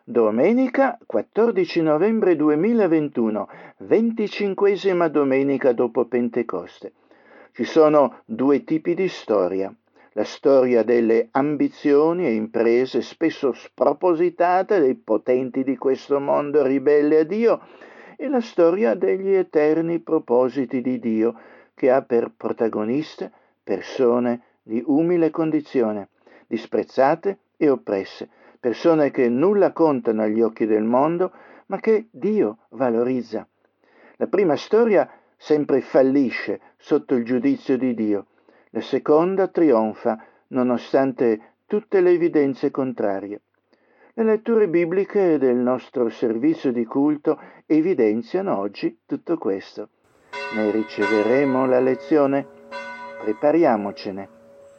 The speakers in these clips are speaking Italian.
Domenica 14 novembre 2021, 25esima domenica dopo Pentecoste. Ci sono due tipi di storia. La storia delle ambizioni e imprese spesso spropositate dei potenti di questo mondo ribelle a Dio e la storia degli eterni propositi di Dio che ha per protagoniste persone di umile condizione, disprezzate e oppresse, persone che nulla contano agli occhi del mondo, ma che Dio valorizza. La prima storia sempre fallisce sotto il giudizio di Dio, la seconda trionfa nonostante tutte le evidenze contrarie. Le letture bibliche del nostro servizio di culto evidenziano oggi tutto questo. Ne riceveremo la lezione? Prepariamocene.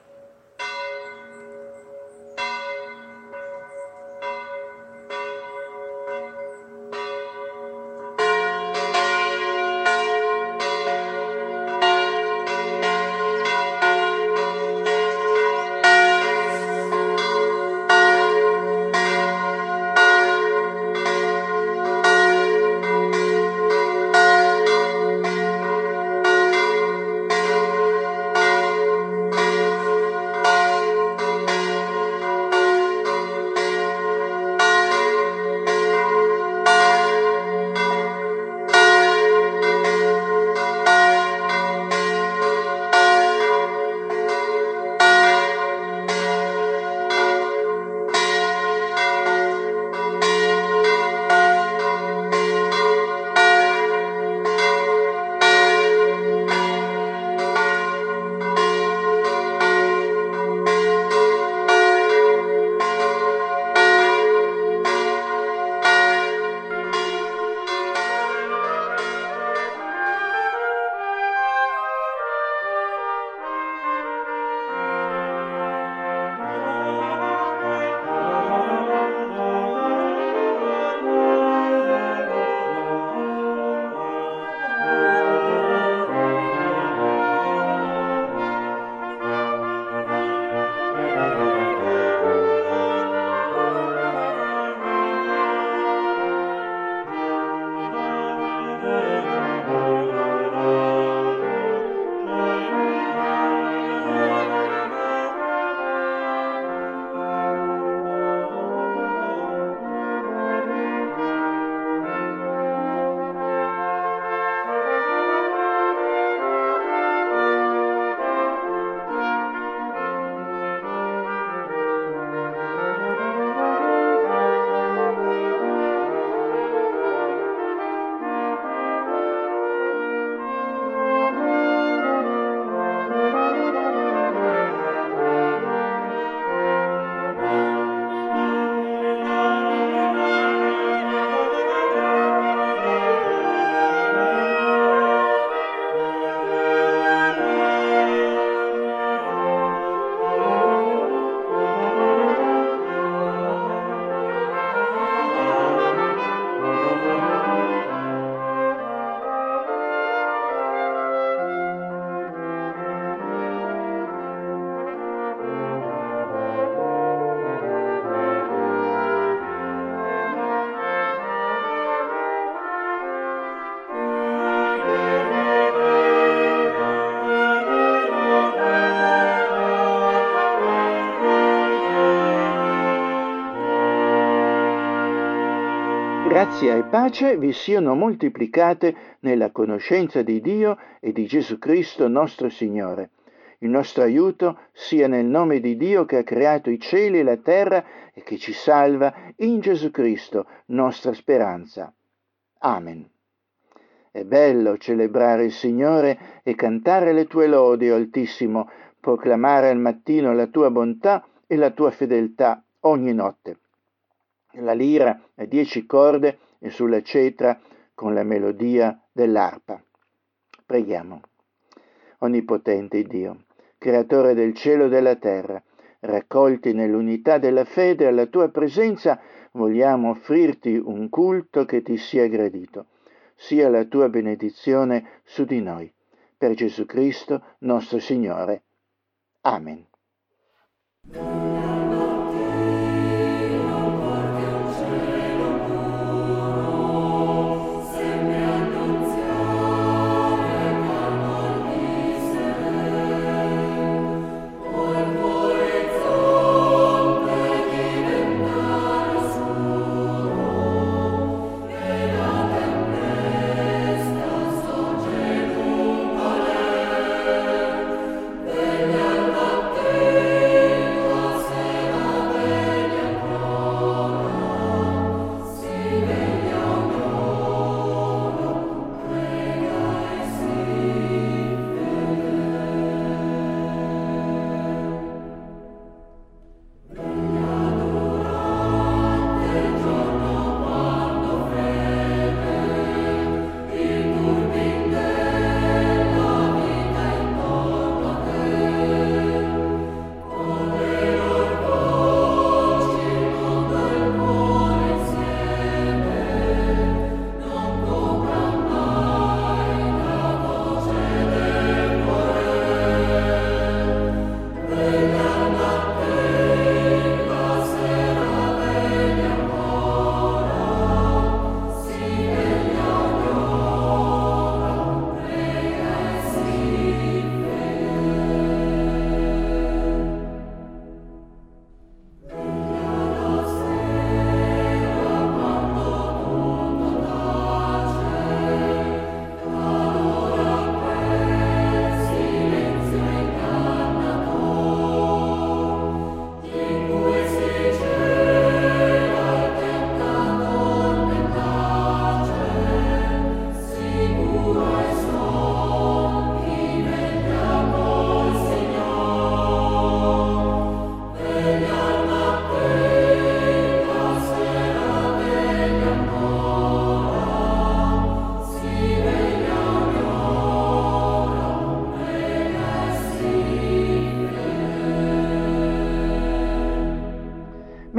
Grazia e pace vi siano moltiplicate nella conoscenza di Dio e di Gesù Cristo nostro Signore. Il nostro aiuto sia nel nome di Dio che ha creato i cieli e la terra e che ci salva in Gesù Cristo, nostra speranza. Amen. È bello celebrare il Signore e cantare le tue lodi, o Altissimo, proclamare al mattino la tua bontà e la tua fedeltà ogni notte. La lira a 10 corde e sulla cetra con la melodia dell'arpa. Preghiamo. Onnipotente Dio, creatore del cielo e della terra, raccolti nell'unità della fede alla tua presenza, vogliamo offrirti un culto che ti sia gradito. Sia la tua benedizione su di noi. Per Gesù Cristo, nostro Signore. Amen.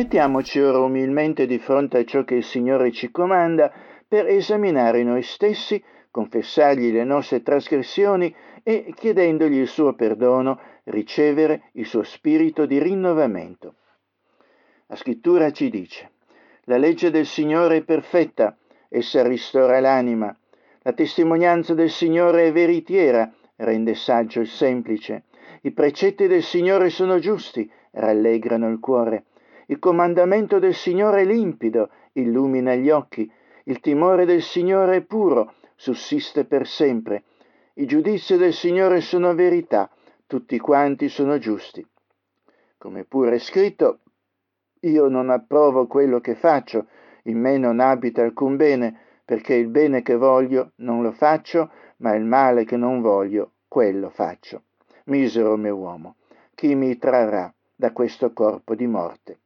Mettiamoci ora umilmente di fronte a ciò che il Signore ci comanda per esaminare noi stessi, confessargli le nostre trasgressioni e, chiedendogli il suo perdono, ricevere il suo spirito di rinnovamento. La scrittura ci dice: la legge del Signore è perfetta, essa ristora l'anima. La testimonianza del Signore è veritiera, rende saggio il semplice. I precetti del Signore sono giusti, rallegrano il cuore. Il comandamento del Signore è limpido, illumina gli occhi. Il timore del Signore è puro, sussiste per sempre. I giudizi del Signore sono verità, tutti quanti sono giusti. Come pure è scritto: io non approvo quello che faccio, in me non abita alcun bene, perché il bene che voglio non lo faccio, ma il male che non voglio, quello faccio. Misero me uomo, chi mi trarrà da questo corpo di morte?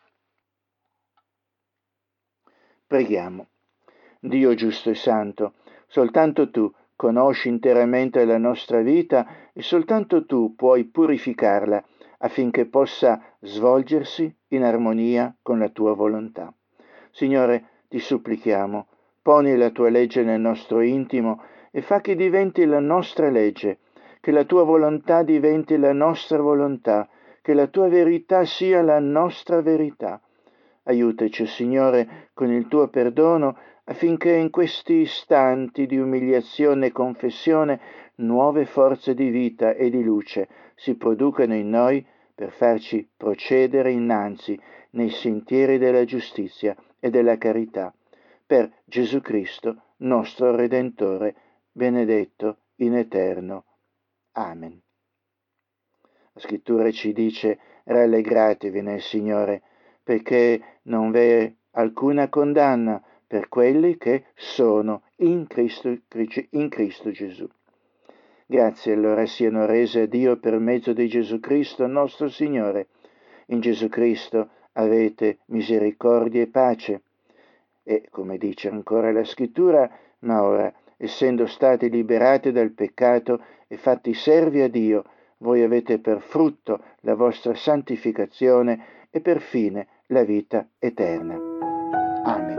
Preghiamo. Dio giusto e santo, soltanto tu conosci interamente la nostra vita e soltanto tu puoi purificarla affinché possa svolgersi in armonia con la tua volontà. Signore, ti supplichiamo, poni la tua legge nel nostro intimo e fa che diventi la nostra legge, che la tua volontà diventi la nostra volontà, che la tua verità sia la nostra verità. Aiutaci, Signore, con il tuo perdono, affinché in questi istanti di umiliazione e confessione nuove forze di vita e di luce si producano in noi per farci procedere innanzi nei sentieri della giustizia e della carità. Per Gesù Cristo, nostro Redentore, benedetto in eterno. Amen. La scrittura ci dice: rallegratevi nel Signore, perché non v'è alcuna condanna per quelli che sono in Cristo Gesù. Grazie allora siano rese a Dio per mezzo di Gesù Cristo nostro Signore. In Gesù Cristo avete misericordia e pace. E, come dice ancora la scrittura, ma ora, essendo stati liberati dal peccato e fatti servi a Dio, voi avete per frutto la vostra santificazione e per fine la vita eterna. Amen.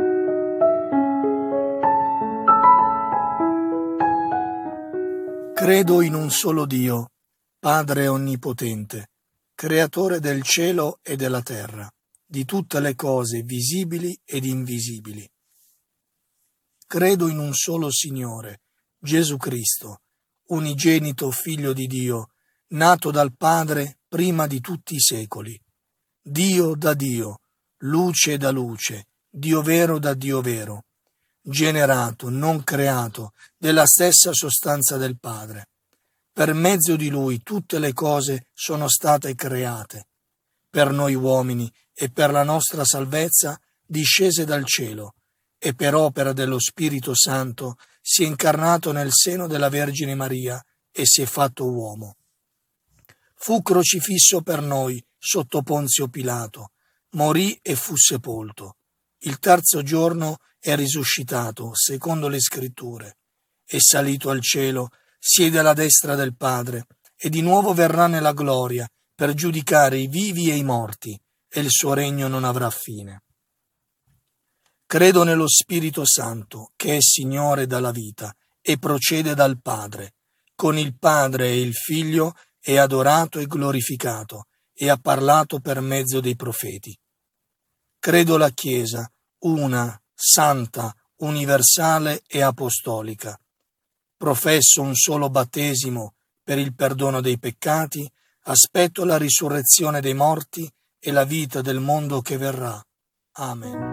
Credo in un solo Dio, Padre Onnipotente, Creatore del cielo e della terra, di tutte le cose visibili ed invisibili. Credo in un solo Signore, Gesù Cristo, unigenito Figlio di Dio, nato dal Padre prima di tutti i secoli, Dio da Dio, luce da luce, Dio vero da Dio vero, generato, non creato, della stessa sostanza del Padre. Per mezzo di Lui tutte le cose sono state create. Per noi uomini e per la nostra salvezza discese dal cielo e per opera dello Spirito Santo si è incarnato nel seno della Vergine Maria e si è fatto uomo. Fu crocifisso per noi sotto Ponzio Pilato, morì e fu sepolto. Il terzo giorno è risuscitato, secondo le Scritture, è salito al cielo, siede alla destra del Padre e di nuovo verrà nella gloria per giudicare i vivi e i morti, e il suo regno non avrà fine. Credo nello Spirito Santo, che è Signore dalla vita e procede dal Padre. Con il Padre e il Figlio è adorato e glorificato e ha parlato per mezzo dei profeti. Credo la Chiesa, una, santa, universale e apostolica. Professo un solo battesimo per il perdono dei peccati, aspetto la risurrezione dei morti e la vita del mondo che verrà. Amen.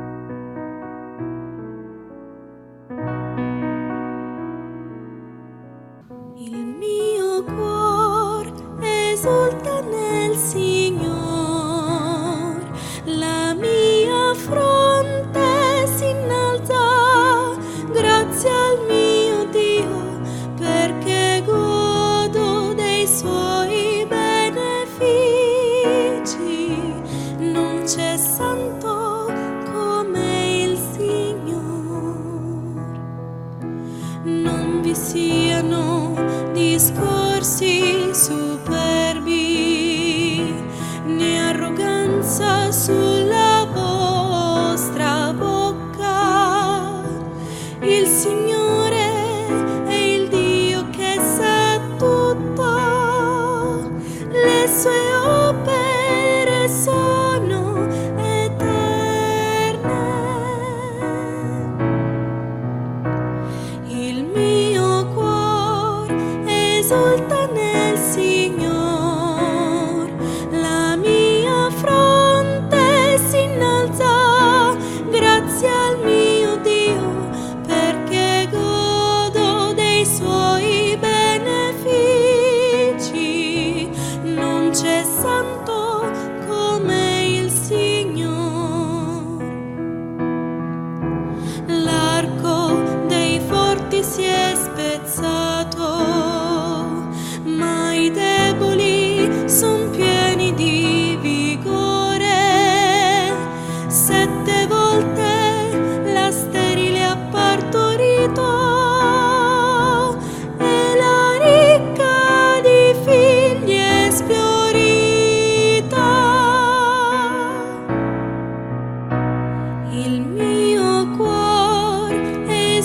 Il mio cuore esulta nel Signor, la mia fronte si innalza, grazie al mio Dio, perché godo dei suoi benefici. Non c'è santo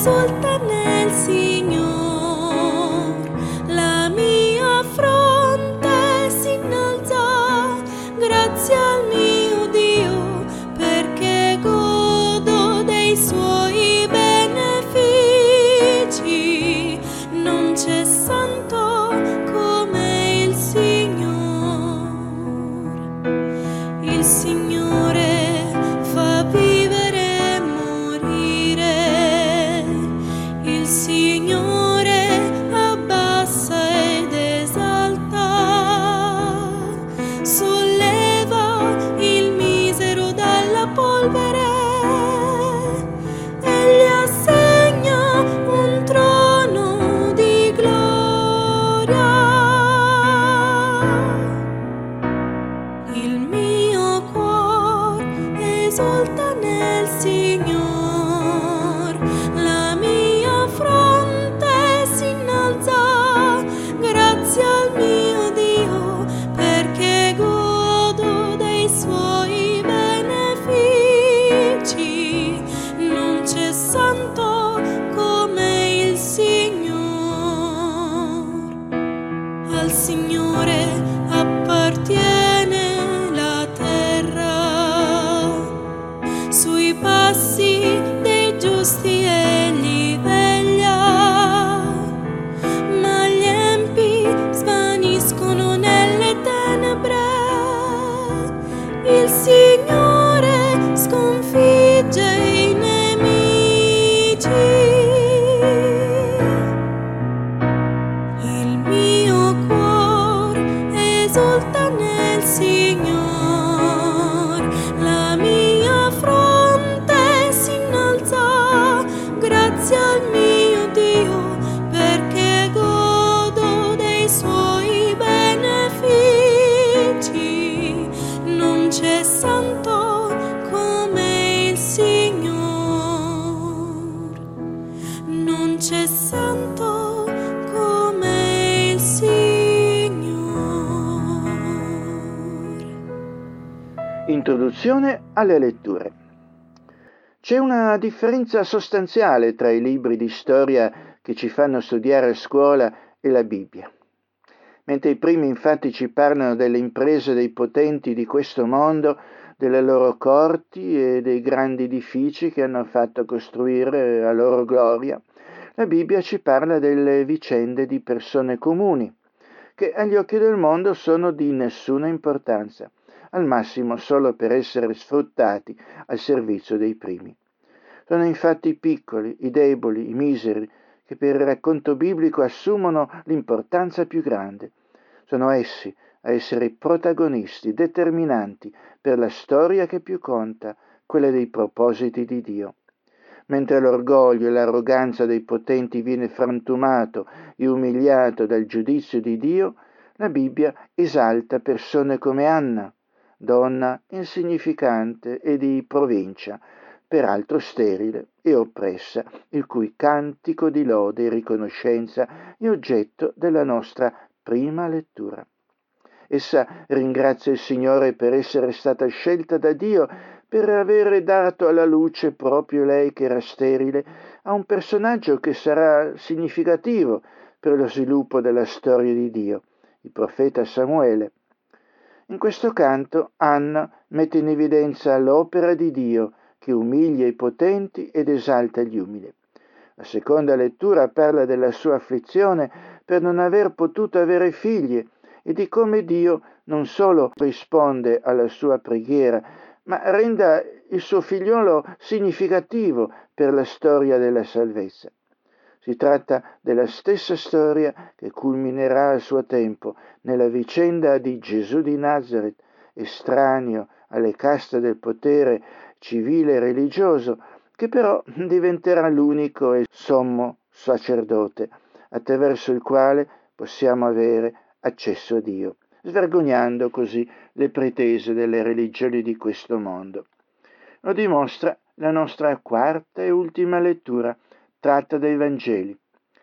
esulta nel Signor, la mia fronte si innalza, grazie al mio Dio, perché godo dei suoi benefici. Non c'è santo come il Signore. Il Signore fa vivere e morire. Il Signore abbassa ed esalta. Solleva il misero dalla polvere. E gli assegna un trono di gloria. Il mio cuore esulta nel Signor, la mia fronte si innalza, grazie al mio Dio, perché godo dei suoi benefici. Non c'è santo come il Signor. Al Signore appartiene la terra, sui passi dei giusti egli veglia, ma gli empi svaniscono nelle tenebre. Il Signore sconfigge i nemici. Il mio cuore esulta nel Signor, la mia fronte si innalza, grazie al mio Dio, perché godo dei suoi benefici. Non c'è santo come il Signor. Non c'è santo come il Signor. Introduzione alle letture. C'è una differenza sostanziale tra i libri di storia che ci fanno studiare a scuola e la Bibbia. Mentre i primi infatti ci parlano delle imprese dei potenti di questo mondo, delle loro corti e dei grandi edifici che hanno fatto costruire a loro gloria, la Bibbia ci parla delle vicende di persone comuni, che agli occhi del mondo sono di nessuna importanza, al massimo solo per essere sfruttati al servizio dei primi. Sono infatti i piccoli, i deboli, i miseri, che per il racconto biblico assumono l'importanza più grande. Sono essi a essere i protagonisti determinanti per la storia che più conta, quella dei propositi di Dio. Mentre l'orgoglio e l'arroganza dei potenti viene frantumato e umiliato dal giudizio di Dio, la Bibbia esalta persone come Anna, donna insignificante e di provincia, peraltro sterile e oppressa, il cui cantico di lode e riconoscenza è oggetto della nostra prima lettura. Essa ringrazia il Signore per essere stata scelta da Dio, per avere dato alla luce proprio lei che era sterile, a un personaggio che sarà significativo per lo sviluppo della storia di Dio, il profeta Samuele. In questo canto Anna mette in evidenza l'opera di Dio che umilia i potenti ed esalta gli umili. La seconda lettura parla della sua afflizione per non aver potuto avere figli e di come Dio non solo risponde alla sua preghiera, ma renda il suo figliolo significativo per la storia della salvezza. Si tratta della stessa storia che culminerà a suo tempo nella vicenda di Gesù di Nazaret, estraneo alle caste del potere civile e religioso, che però diventerà l'unico e sommo sacerdote, attraverso il quale possiamo avere accesso a Dio, svergognando così le pretese delle religioni di questo mondo. Lo dimostra la nostra quarta e ultima lettura, tratta dai Vangeli.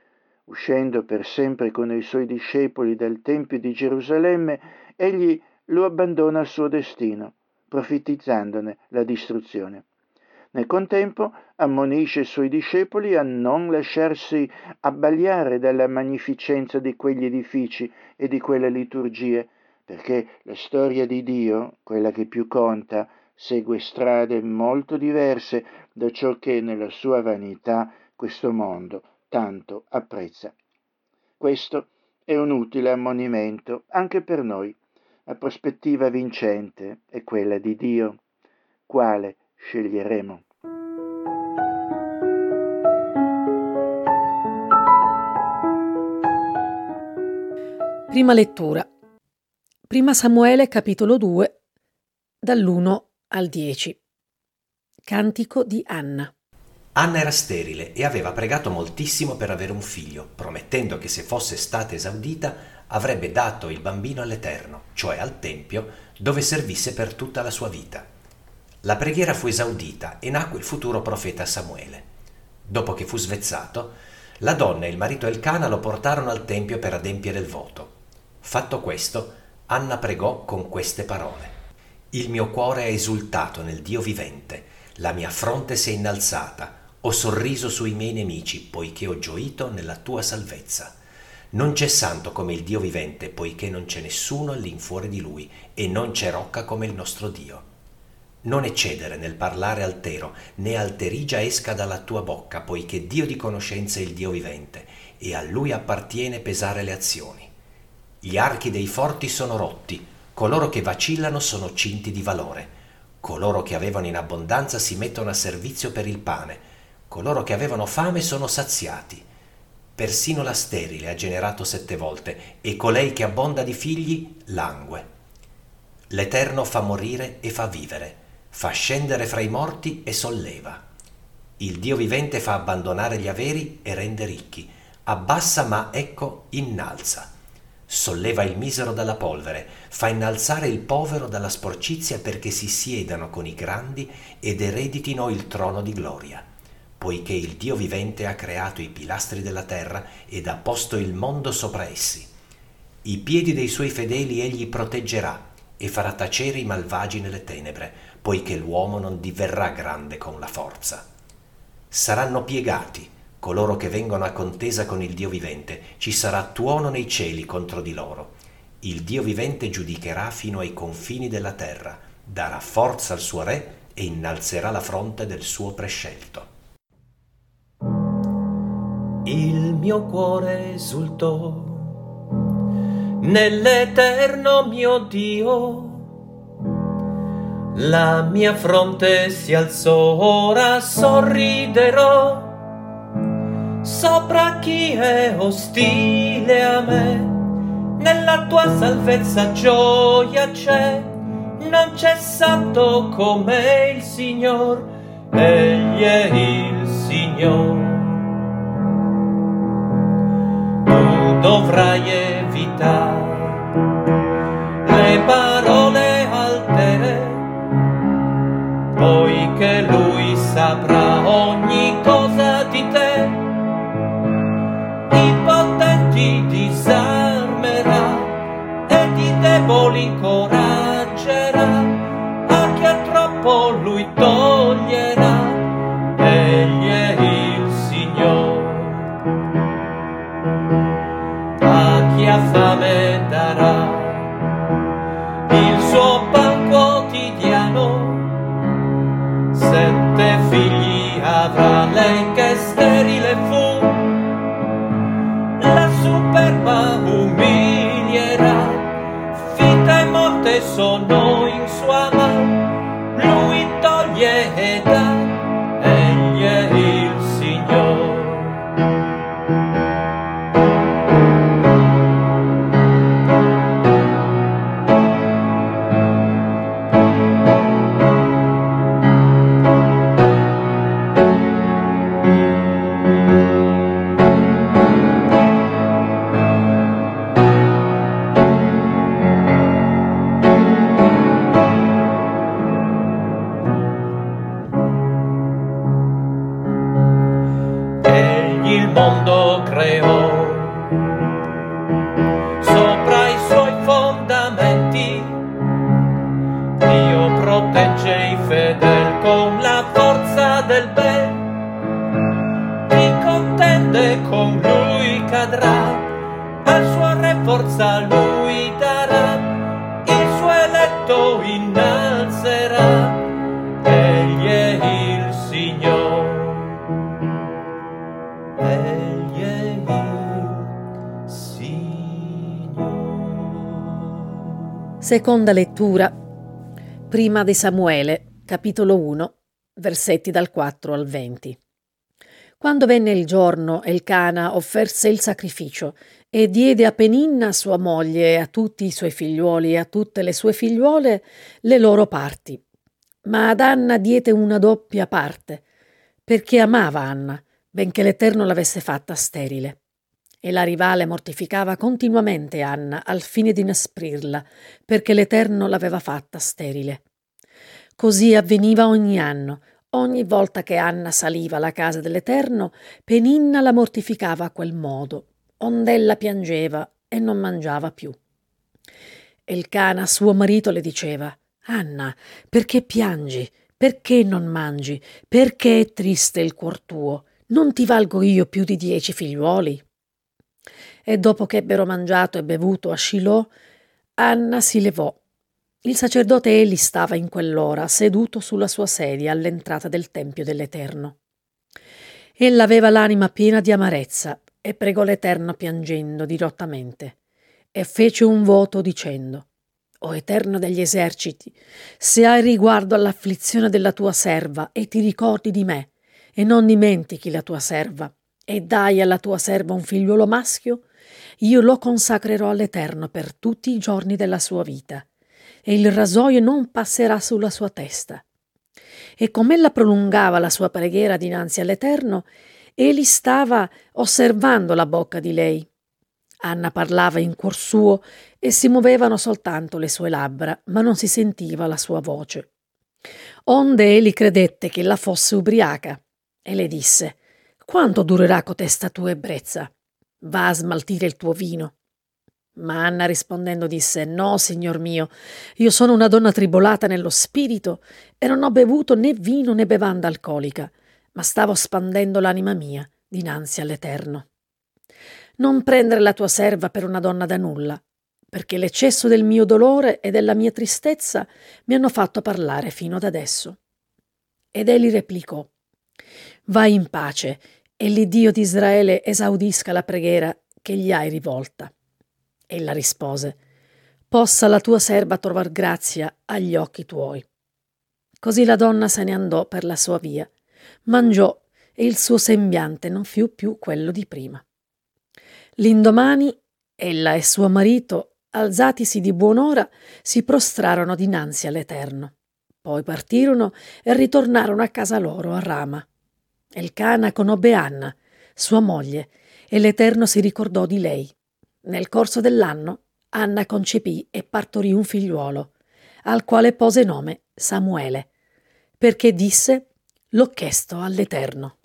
Uscendo per sempre con i suoi discepoli dal Tempio di Gerusalemme, egli lo abbandona al suo destino, profetizzandone la distruzione. Nel contempo ammonisce i suoi discepoli a non lasciarsi abbagliare dalla magnificenza di quegli edifici e di quelle liturgie, perché la storia di Dio, quella che più conta, segue strade molto diverse da ciò che nella sua vanità questo mondo tanto apprezza. Questo è un utile ammonimento anche per noi. La prospettiva vincente è quella di Dio. Quale sceglieremo? Prima lettura. Prima Samuele, capitolo 2, dall'1 al 10. Cantico di Anna. Anna era sterile e aveva pregato moltissimo per avere un figlio, promettendo che se fosse stata esaudita avrebbe dato il bambino all'Eterno, cioè al Tempio, dove servisse per tutta la sua vita. La preghiera fu esaudita e nacque il futuro profeta Samuele. Dopo che fu svezzato, la donna e il marito Elcana lo portarono al Tempio per adempiere il voto. Fatto questo, Anna pregò con queste parole: «Il mio cuore è esultato nel Dio vivente, la mia fronte si è innalzata, ho sorriso sui miei nemici, poiché ho gioito nella tua salvezza. Non c'è santo come il Dio vivente, poiché non c'è nessuno all'infuori di lui, e non c'è rocca come il nostro Dio. Non eccedere nel parlare altero, né alterigia esca dalla tua bocca, poiché Dio di conoscenza è il Dio vivente, e a lui appartiene pesare le azioni. Gli archi dei forti sono rotti, coloro che vacillano sono cinti di valore. Coloro che avevano in abbondanza si mettono a servizio per il pane, coloro che avevano fame sono saziati. Persino la sterile ha generato 7 volte, e colei che abbonda di figli langue. L'Eterno fa morire e fa vivere, fa scendere fra i morti e solleva. Il Dio vivente fa abbandonare gli averi e rende ricchi, abbassa ma ecco innalza. Solleva il misero dalla polvere, fa innalzare il povero dalla sporcizia perché si siedano con i grandi ed ereditino il trono di gloria. Poiché il Dio vivente ha creato i pilastri della terra ed ha posto il mondo sopra essi. I piedi dei suoi fedeli egli proteggerà e farà tacere i malvagi nelle tenebre, poiché l'uomo non diverrà grande con la forza. Saranno piegati coloro che vengono a contesa con il Dio vivente, ci sarà tuono nei cieli contro di loro. Il Dio vivente giudicherà fino ai confini della terra, darà forza al suo re e innalzerà la fronte del suo prescelto. Il mio cuore esultò nell'eterno mio Dio, la mia fronte si alzò, ora sorriderò sopra chi è ostile a me. Nella tua salvezza gioia c'è, non c'è santo come il Signor, egli è il Signor. Tu dovrai evitare le parole altere, poiché lui saprà ogni cosa di te. I potenti disarmerà ed i deboli incoraggerà, a chi ha troppo lui toglierà, egli è il Signor. A chi ha fame darà il suo pan quotidiano, 7 figli avrà lei che sterile fu, la superba umilierà, vita e morte sono in sua mano, lui toglie e dà, egli è il Signor. Il mondo creò sopra i suoi fondamenti, Dio protegge i fedeli con la forza con lui cadrà, al suo re forza lui darà, il suo eletto innalzerà, egli è il Signore, egli è il Signore. Seconda lettura, prima di Samuele, capitolo 1, versetti dal 4 al 20. Quando venne il giorno, Elcana offerse il sacrificio e diede a Peninna, sua moglie, e a tutti i suoi figliuoli e a tutte le sue figliuole le loro parti. Ma ad Anna diede una doppia parte, perché amava Anna, benché l'Eterno l'avesse fatta sterile. E la rivale mortificava continuamente Anna al fine di inasprirla, perché l'Eterno l'aveva fatta sterile. Così avveniva ogni anno. Ogni volta che Anna saliva alla casa dell'Eterno, Peninna la mortificava a quel modo, ond'ella piangeva e non mangiava più. Elcana, suo marito, le diceva: «Anna, perché piangi? Perché non mangi? Perché è triste il cuor tuo? Non ti valgo io più di 10 figliuoli?» E dopo che ebbero mangiato e bevuto a Shilò, Anna si levò. Il sacerdote Eli stava in quell'ora seduto sulla sua sedia all'entrata del Tempio dell'Eterno. Ella aveva l'anima piena di amarezza e pregò l'Eterno piangendo dirottamente e fece un voto dicendo: «O Eterno degli eserciti, se hai riguardo all'afflizione della tua serva e ti ricordi di me e non dimentichi la tua serva e dai alla tua serva un figliuolo maschio, io lo consacrerò all'Eterno per tutti i giorni della sua vita, e il rasoio non passerà sulla sua testa». E come ella prolungava la sua preghiera dinanzi all'Eterno, egli stava osservando la bocca di lei. Anna parlava in cuor suo e si muovevano soltanto le sue labbra, ma non si sentiva la sua voce. Onde egli credette che ella fosse ubriaca e le disse: «Quanto durerà cotesta tua ebbrezza? Va a smaltire il tuo vino». Ma Anna rispondendo disse: «No, signor mio, io sono una donna tribolata nello spirito e non ho bevuto né vino né bevanda alcolica, ma stavo spandendo l'anima mia dinanzi all'Eterno. Non prendere la tua serva per una donna da nulla, perché l'eccesso del mio dolore e della mia tristezza mi hanno fatto parlare fino ad adesso». Ed egli replicò: «Vai in pace, e l'Iddio di Israele esaudisca la preghiera che gli hai rivolta». Ella rispose: «Possa la tua serva trovar grazia agli occhi tuoi». Così la donna se ne andò per la sua via, mangiò e il suo sembiante non fu più quello di prima. L'indomani ella e suo marito, alzatisi di buon'ora, si prostrarono dinanzi all'Eterno. Poi partirono e ritornarono a casa loro a Rama. Elcana conobbe Anna, sua moglie, e l'Eterno si ricordò di lei. Nel corso dell'anno Anna concepì e partorì un figliuolo, al quale pose nome Samuele, perché disse: «L'ho chiesto all'Eterno».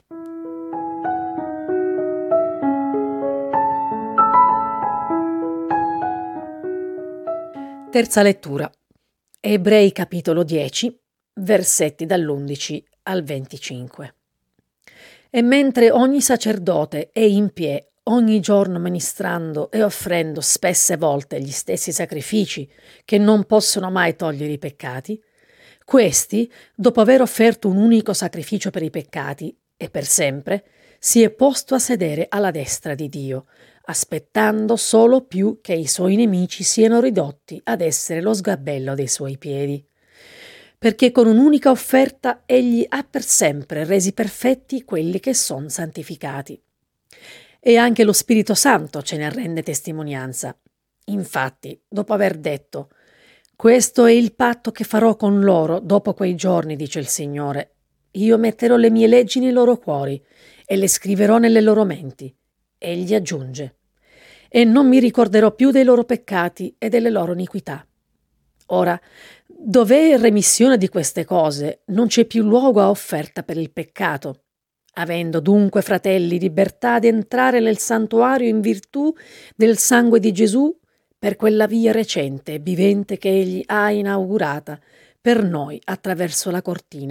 Terza lettura. Ebrei capitolo 10, versetti dall'11 al 25. E mentre ogni sacerdote è in piedi ogni giorno ministrando e offrendo spesse volte gli stessi sacrifici che non possono mai togliere i peccati, questi, dopo aver offerto un unico sacrificio per i peccati e per sempre, si è posto a sedere alla destra di Dio, aspettando solo più che i suoi nemici siano ridotti ad essere lo sgabello dei suoi piedi. Perché con un'unica offerta egli ha per sempre resi perfetti quelli che son santificati. E anche lo Spirito Santo ce ne rende testimonianza. Infatti, dopo aver detto: «Questo è il patto che farò con loro dopo quei giorni, dice il Signore. Io metterò le mie leggi nei loro cuori e le scriverò nelle loro menti». Egli aggiunge: «E non mi ricorderò più dei loro peccati e delle loro iniquità». Ora, dov'è remissione di queste cose, non c'è più luogo a offerta per il peccato. Avendo dunque, fratelli, libertà di entrare nel santuario in virtù del sangue di Gesù, per quella via recente e vivente che egli ha inaugurata per noi attraverso la cortina,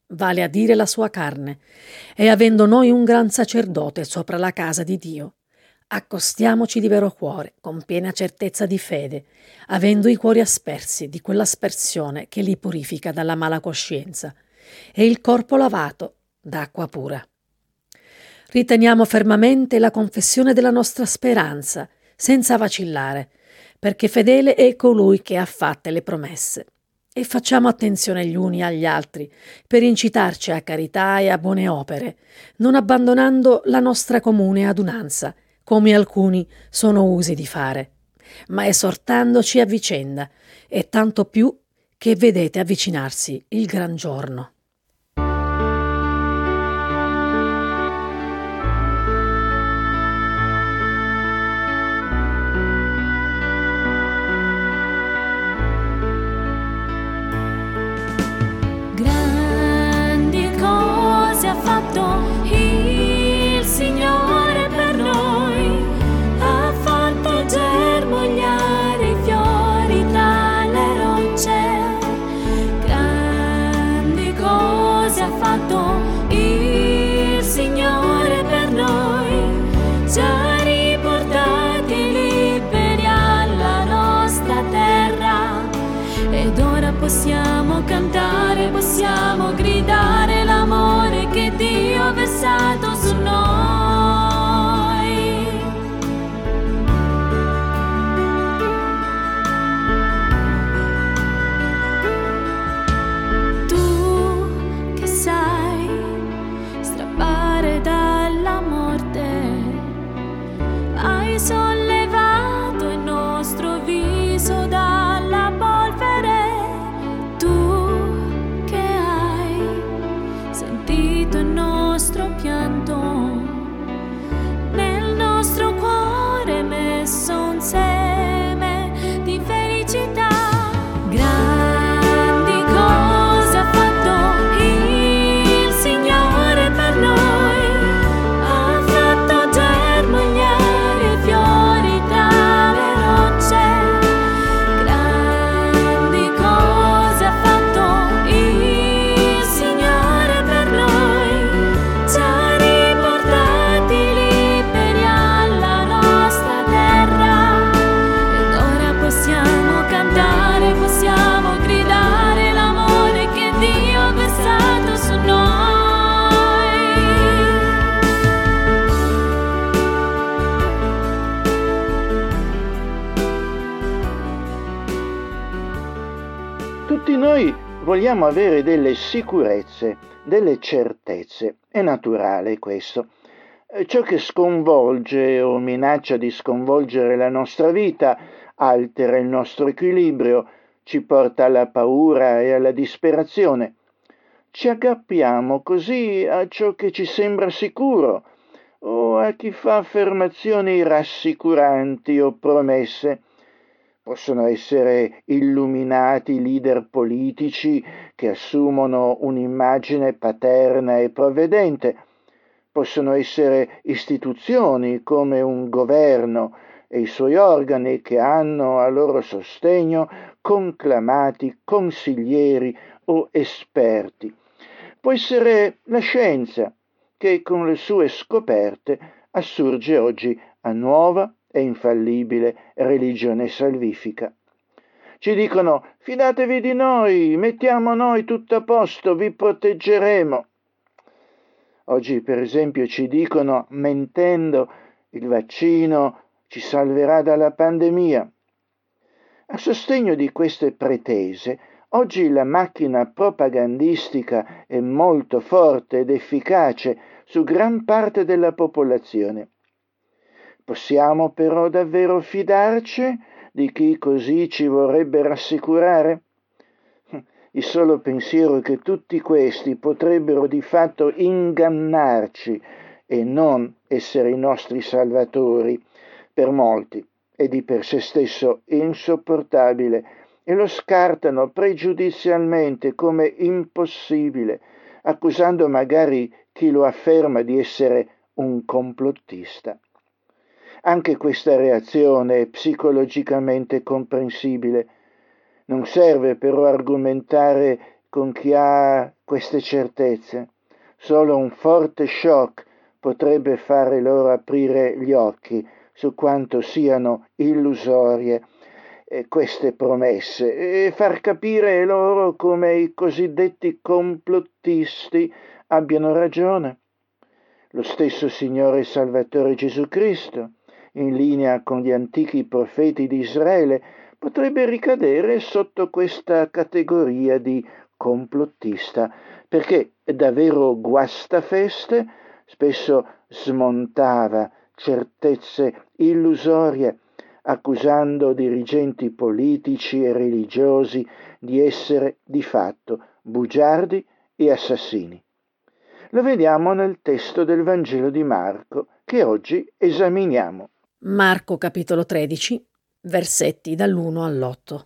vale a dire la sua carne, e avendo noi un gran sacerdote sopra la casa di Dio, accostiamoci di vero cuore, con piena certezza di fede, avendo i cuori aspersi di quell'aspersione che li purifica dalla mala coscienza, e il corpo lavato d'acqua pura. Riteniamo fermamente la confessione della nostra speranza, senza vacillare, perché fedele è colui che ha fatte le promesse. E facciamo attenzione gli uni agli altri, per incitarci a carità e a buone opere, non abbandonando la nostra comune adunanza, come alcuni sono usi di fare, ma esortandoci a vicenda, e tanto più che vedete avvicinarsi il gran giorno. Grandi cose ha fatto il Signore per noi, ha fatto germogliare i fiori tra le rocce. Grandi cose ha fatto il Signore per noi, ci ha riportati liberi alla nostra terra. Ed ora possiamo cantare, possiamo gridare l'amore che Dio ha versato su noi. Tu che sai strappare dalla morte, hai sollevato il nostro viso dalla polvere. Tu che hai sentito il nostro pianto, nel nostro cuore messo un seme di felicità. Grandi cose ha fatto il Signore per noi, ha fatto germogliare i fiori tra le rocce. Grandi cose ha fatto il Signore per noi, ci ha riportati liberi alla nostra terra. Ed ora possiamo cantare, possiamo gridare l'amore che Dio ha versato su noi. Tutti noi vogliamo avere delle sicurezze, delle certezze. È naturale questo. Ciò che sconvolge o minaccia di sconvolgere la nostra vita altera il nostro equilibrio, ci porta alla paura e alla disperazione. Ci aggrappiamo così a ciò che ci sembra sicuro o a chi fa affermazioni rassicuranti o promesse. Possono essere illuminati leader politici che assumono un'immagine paterna e provvedente. Possono essere istituzioni come un governo e i suoi organi che hanno a loro sostegno conclamati consiglieri o esperti. Può essere la scienza che con le sue scoperte assurge oggi a nuova e infallibile religione salvifica. Ci dicono: fidatevi di noi, mettiamo noi tutto a posto, vi proteggeremo. Oggi, per esempio, ci dicono, mentendo, il vaccino ci salverà dalla pandemia. A sostegno di queste pretese, oggi la macchina propagandistica è molto forte ed efficace su gran parte della popolazione. Possiamo però davvero fidarci di chi così ci vorrebbe rassicurare? Il solo pensiero è che tutti questi potrebbero di fatto ingannarci e non essere i nostri salvatori, per molti è di per sé stesso insopportabile e lo scartano pregiudizialmente come impossibile, accusando magari chi lo afferma di essere un complottista. Anche questa reazione è psicologicamente comprensibile. Non serve però argomentare con chi ha queste certezze. Solo un forte shock potrebbe fare loro aprire gli occhi su quanto siano illusorie queste promesse e far capire loro come i cosiddetti complottisti abbiano ragione. Lo stesso Signore e Salvatore Gesù Cristo, in linea con gli antichi profeti di Israele, potrebbe ricadere sotto questa categoria di complottista, perché da vero guastafeste spesso smontava certezze illusorie, accusando dirigenti politici e religiosi di essere di fatto bugiardi e assassini. Lo vediamo nel testo del Vangelo di Marco, che oggi esaminiamo. Marco capitolo 13, versetti dall'1 all'8.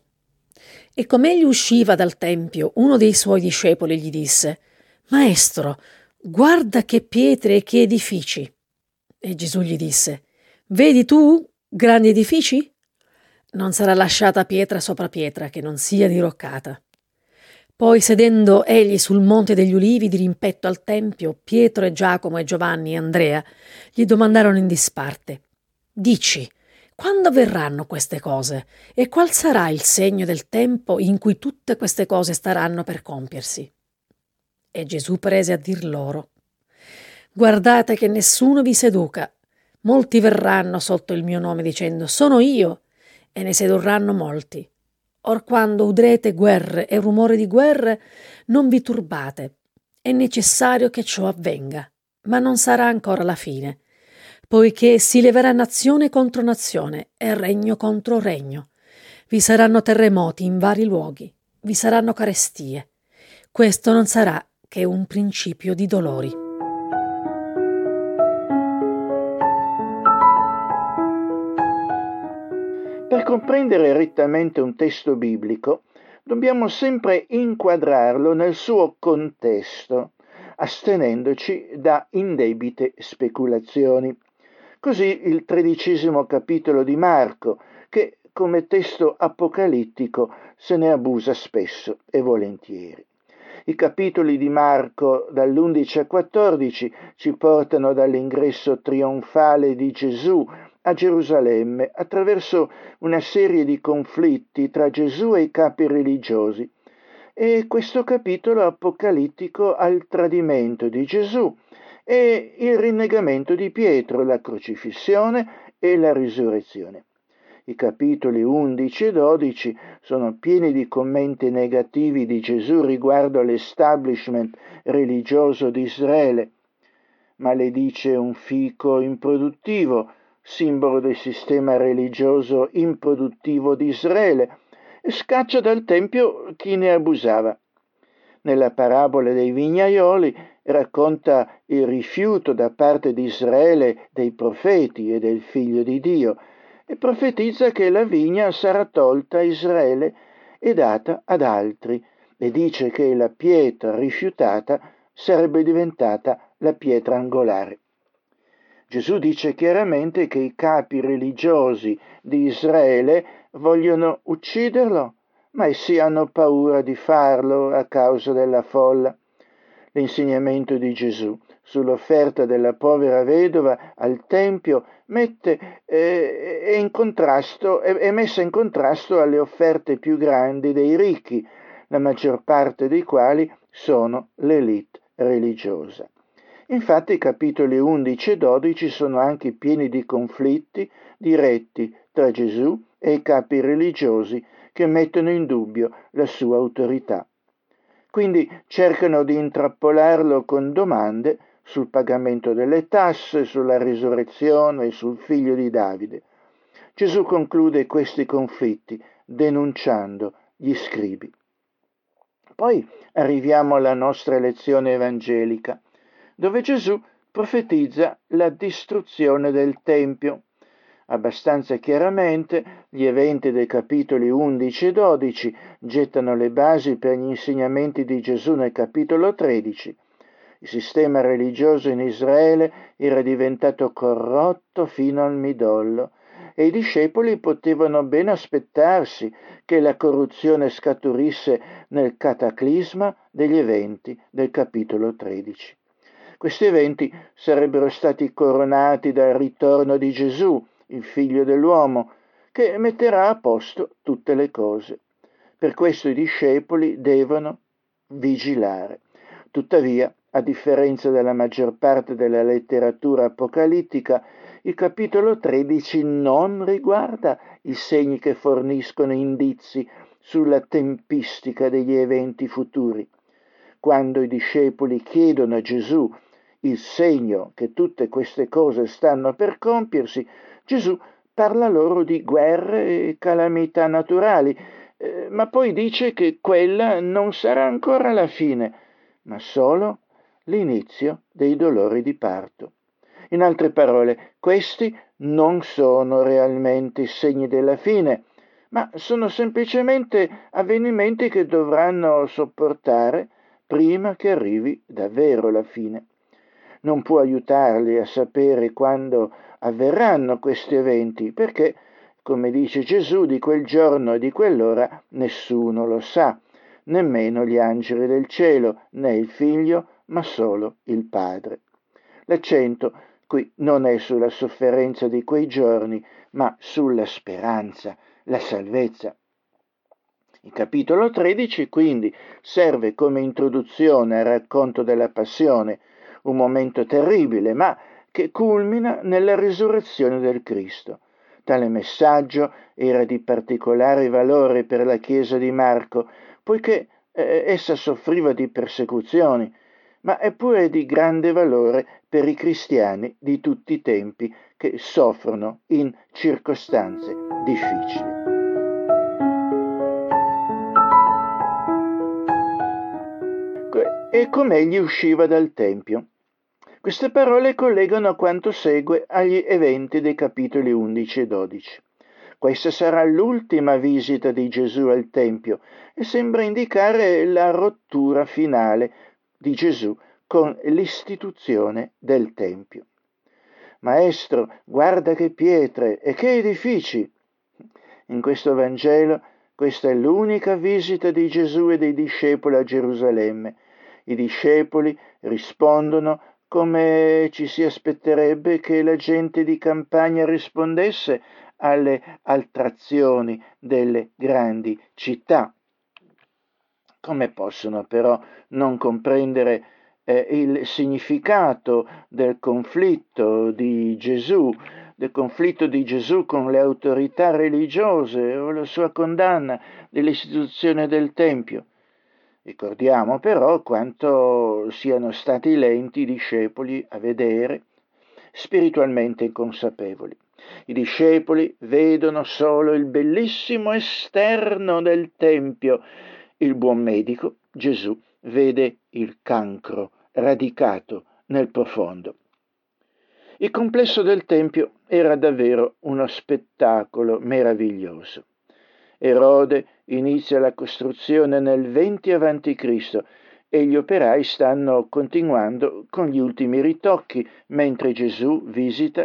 E come egli usciva dal tempio, uno dei suoi discepoli gli disse: Maestro, guarda che pietre e che edifici. E Gesù gli disse: Vedi tu grandi edifici? Non sarà lasciata pietra sopra pietra che non sia diroccata. Poi, sedendo egli sul monte degli Ulivi di rimpetto al tempio, Pietro e Giacomo e Giovanni e Andrea gli domandarono in disparte: Dici, quando avverranno queste cose? E qual sarà il segno del tempo in cui tutte queste cose staranno per compiersi? E Gesù prese a dir loro: Guardate che nessuno vi seduca. Molti verranno sotto il mio nome dicendo: Sono io, e ne sedurranno molti. Or quando udrete guerre e rumore di guerre, non vi turbate. È necessario che ciò avvenga, ma non sarà ancora la fine, poiché si leverà nazione contro nazione e regno contro regno. Vi saranno terremoti in vari luoghi, vi saranno carestie. Questo non sarà che un principio di dolori. Per comprendere rettamente un testo biblico, dobbiamo sempre inquadrarlo nel suo contesto, astenendoci da indebite speculazioni. Così il 13° capitolo di Marco, che come testo apocalittico se ne abusa spesso e volentieri. I capitoli di Marco dall'11 al 14 ci portano dall'ingresso trionfale di Gesù a Gerusalemme attraverso una serie di conflitti tra Gesù e i capi religiosi. E questo capitolo apocalittico al tradimento di Gesù e il rinnegamento di Pietro, la crocifissione e la risurrezione. I capitoli 11 e 12 sono pieni di commenti negativi di Gesù riguardo all'establishment religioso di Israele. Maledice un fico improduttivo, simbolo del sistema religioso improduttivo di Israele, e scaccia dal Tempio chi ne abusava. Nella parabola dei vignaioli racconta il rifiuto da parte di Israele dei profeti e del Figlio di Dio e profetizza che la vigna sarà tolta a Israele e data ad altri, e dice che la pietra rifiutata sarebbe diventata la pietra angolare. Gesù dice chiaramente che i capi religiosi di Israele vogliono ucciderlo, ma essi hanno paura di farlo a causa della folla. L'insegnamento di Gesù sull'offerta della povera vedova al Tempio è messa in contrasto alle offerte più grandi dei ricchi, la maggior parte dei quali sono l'élite religiosa. Infatti i capitoli 11 e 12 sono anche pieni di conflitti diretti tra Gesù e i capi religiosi che mettono in dubbio la sua autorità. Quindi cercano di intrappolarlo con domande sul pagamento delle tasse, sulla risurrezione e sul figlio di Davide. Gesù conclude questi conflitti denunciando gli scribi. Poi arriviamo alla nostra lezione evangelica, dove Gesù profetizza la distruzione del Tempio. Abbastanza chiaramente gli eventi dei capitoli 11 e 12 gettano le basi per gli insegnamenti di Gesù nel capitolo 13. Il sistema religioso in Israele era diventato corrotto fino al midollo e i discepoli potevano ben aspettarsi che la corruzione scaturisse nel cataclisma degli eventi del capitolo 13. Questi eventi sarebbero stati coronati dal ritorno di Gesù, il Figlio dell'uomo, che metterà a posto tutte le cose. Per questo i discepoli devono vigilare. Tuttavia, a differenza della maggior parte della letteratura apocalittica, il capitolo 13 non riguarda i segni che forniscono indizi sulla tempistica degli eventi futuri. Quando i discepoli chiedono a Gesù il segno che tutte queste cose stanno per compiersi, Gesù parla loro di guerre e calamità naturali, ma poi dice che quella non sarà ancora la fine, ma solo l'inizio dei dolori di parto. In altre parole, questi non sono realmente i segni della fine, ma sono semplicemente avvenimenti che dovranno sopportare prima che arrivi davvero la fine. Non può aiutarli a sapere quando avverranno questi eventi, perché, come dice Gesù, di quel giorno e di quell'ora nessuno lo sa, nemmeno gli angeli del cielo, né il Figlio, ma solo il Padre. L'accento qui non è sulla sofferenza di quei giorni, ma sulla speranza, la salvezza. Il capitolo 13 quindi serve come introduzione al racconto della passione, un momento terribile, ma che culmina nella risurrezione del Cristo. Tale messaggio era di particolare valore per la Chiesa di Marco, poiché essa soffriva di persecuzioni, ma è pure di grande valore per i cristiani di tutti i tempi che soffrono in circostanze difficili. E come egli usciva dal Tempio. Queste parole collegano a quanto segue agli eventi dei capitoli 11 e 12. Questa sarà l'ultima visita di Gesù al Tempio e sembra indicare la rottura finale di Gesù con l'istituzione del Tempio. Maestro, guarda che pietre e che edifici! In questo Vangelo, questa è l'unica visita di Gesù e dei discepoli a Gerusalemme. I discepoli rispondono come ci si aspetterebbe che la gente di campagna rispondesse alle attrazioni delle grandi città. Come possono però non comprendere il significato del conflitto di Gesù con le autorità religiose o la sua condanna dell'istituzione del Tempio? Ricordiamo però quanto siano stati lenti i discepoli a vedere, spiritualmente inconsapevoli. I discepoli vedono solo il bellissimo esterno del Tempio. Il buon medico, Gesù, vede il cancro radicato nel profondo. Il complesso del Tempio era davvero uno spettacolo meraviglioso. Erode inizia la costruzione nel 20 a.C. e gli operai stanno continuando con gli ultimi ritocchi, mentre Gesù visita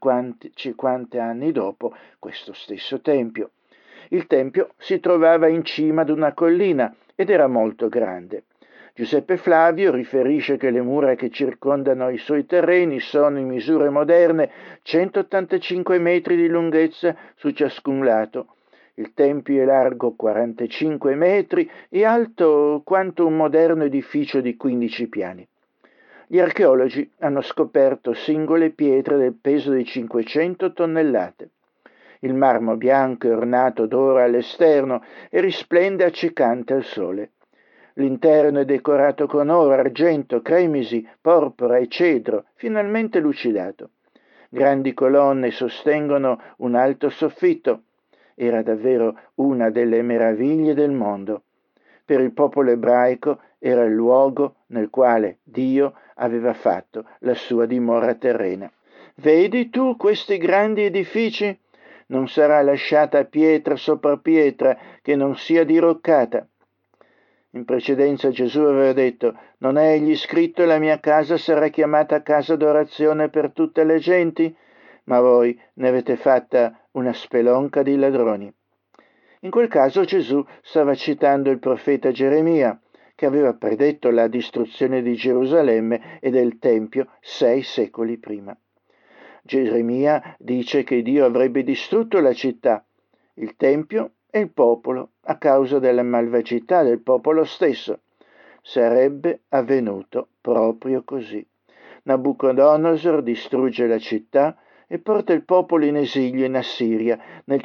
50 anni dopo questo stesso Tempio. Il Tempio si trovava in cima ad una collina ed era molto grande. Giuseppe Flavio riferisce che le mura che circondano i suoi terreni sono in misure moderne 185 metri di lunghezza su ciascun lato. Il Tempio è largo 45 metri e alto quanto un moderno edificio di 15 piani. Gli archeologi hanno scoperto singole pietre del peso di 500 tonnellate. Il marmo bianco è ornato d'oro all'esterno e risplende accecante al sole. L'interno è decorato con oro, argento, cremisi, porpora e cedro, finalmente lucidato. Grandi colonne sostengono un alto soffitto. Era davvero una delle meraviglie del mondo. Per il popolo ebraico era il luogo nel quale Dio aveva fatto la sua dimora terrena. Vedi tu questi grandi edifici? Non sarà lasciata pietra sopra pietra che non sia diroccata. In precedenza Gesù aveva detto: non è egli scritto la mia casa sarà chiamata casa d'orazione per tutte le genti? Ma voi ne avete fatta una spelonca di ladroni. In quel caso Gesù stava citando il profeta Geremia, che aveva predetto la distruzione di Gerusalemme e del Tempio 6 secoli prima. Geremia dice che Dio avrebbe distrutto la città, il Tempio e il popolo a causa della malvagità del popolo stesso. Sarebbe avvenuto proprio così. Nabucodonosor distrugge la città e porta il popolo in esilio in Assiria nel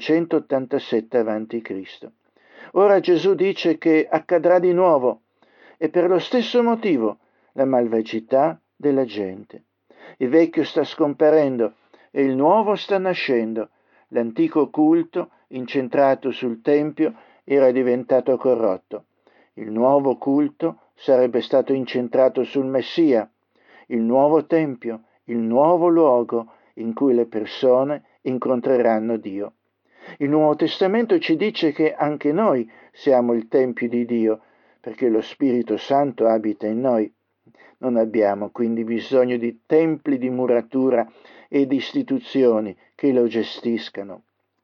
587 a.C. Ora Gesù dice che accadrà di nuovo e per lo stesso motivo, la malvagità della gente. Il vecchio sta scomparendo e il nuovo sta nascendo. L'antico culto, incentrato sul Tempio, era diventato corrotto. Il nuovo culto sarebbe stato incentrato sul Messia, il nuovo Tempio, il nuovo luogo in cui le persone incontreranno Dio. Il Nuovo Testamento ci dice che anche noi siamo il Tempio di Dio, perché lo Spirito Santo abita in noi. Non abbiamo quindi bisogno di templi di muratura e di istituzioni che lo gestiscano.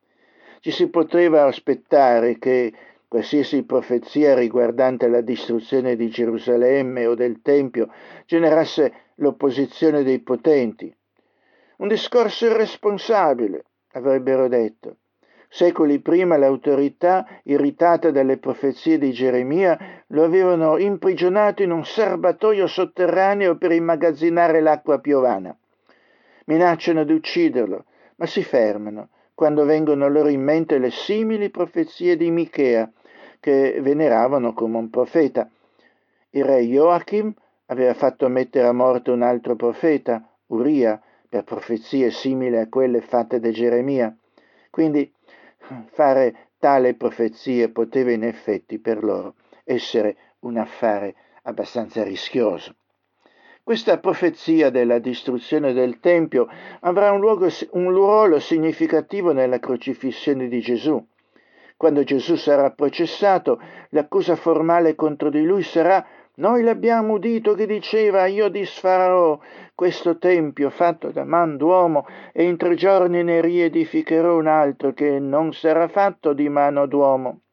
Ci si poteva aspettare che qualsiasi profezia riguardante la distruzione di Gerusalemme o del Tempio generasse l'opposizione dei potenti. Un discorso irresponsabile, avrebbero detto. Secoli prima l'autorità, irritata dalle profezie di Geremia, lo avevano imprigionato in un serbatoio sotterraneo per immagazzinare l'acqua piovana. Minacciano di ucciderlo, ma si fermano quando vengono loro in mente le simili profezie di Michea, che veneravano come un profeta. Il re Joachim aveva fatto mettere a morte un altro profeta, Uria, per profezie simili a quelle fatte da Geremia. Quindi fare tale profezie poteva in effetti per loro essere un affare abbastanza rischioso. Questa profezia della distruzione del Tempio avrà un ruolo significativo nella crocifissione di Gesù. Quando Gesù sarà processato, l'accusa formale contro di lui sarà: noi l'abbiamo udito che diceva, io disfarò questo tempio fatto da man d'uomo e in 3 giorni ne riedificherò un altro che non sarà fatto di mano d'uomo.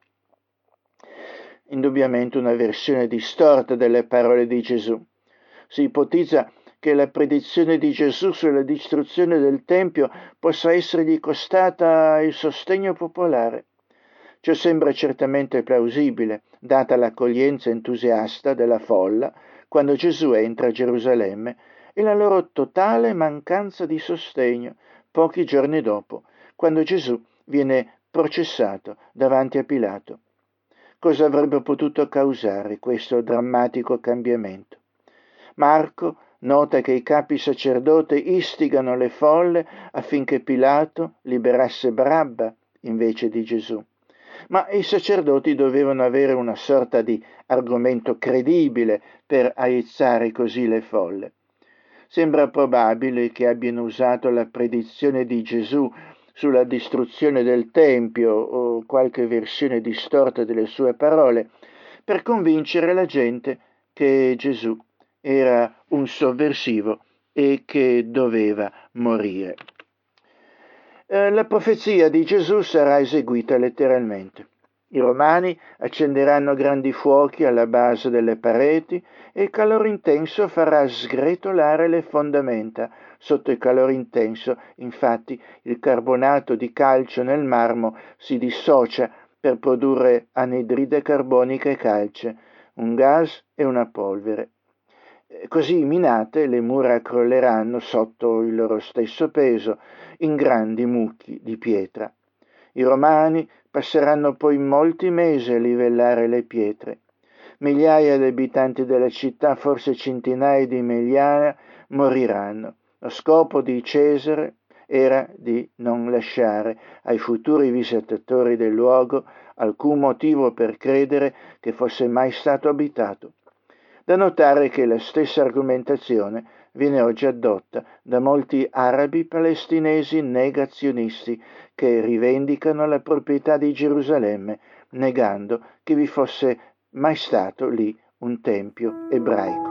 Indubbiamente una versione distorta delle parole di Gesù. Si ipotizza che la predizione di Gesù sulla distruzione del Tempio possa essergli costata il sostegno popolare. Ciò sembra certamente plausibile, data l'accoglienza entusiasta della folla quando Gesù entra a Gerusalemme e la loro totale mancanza di sostegno pochi giorni dopo, quando Gesù viene processato davanti a Pilato. Cosa avrebbe potuto causare questo drammatico cambiamento? Marco nota che i capi sacerdote istigano le folle affinché Pilato liberasse Barabba invece di Gesù. Ma i sacerdoti dovevano avere una sorta di argomento credibile per aizzare così le folle. Sembra probabile che abbiano usato la predizione di Gesù sulla distruzione del Tempio o qualche versione distorta delle sue parole per convincere la gente che Gesù era un sovversivo e che doveva morire. La profezia di Gesù sarà eseguita letteralmente. I romani accenderanno grandi fuochi alla base delle pareti e il calore intenso farà sgretolare le fondamenta. Sotto il calore intenso, infatti, il carbonato di calcio nel marmo si dissocia per produrre anidride carbonica e calce, un gas e una polvere. Così minate, le mura crolleranno sotto il loro stesso peso in grandi mucchi di pietra. I romani passeranno poi molti mesi a livellare le pietre. Migliaia di abitanti della città, forse centinaia di migliaia, moriranno. Lo scopo di Cesare era di non lasciare ai futuri visitatori del luogo alcun motivo per credere che fosse mai stato abitato. Da notare che la stessa argomentazione viene oggi adotta da molti arabi palestinesi negazionisti che rivendicano la proprietà di Gerusalemme, negando che vi fosse mai stato lì un tempio ebraico.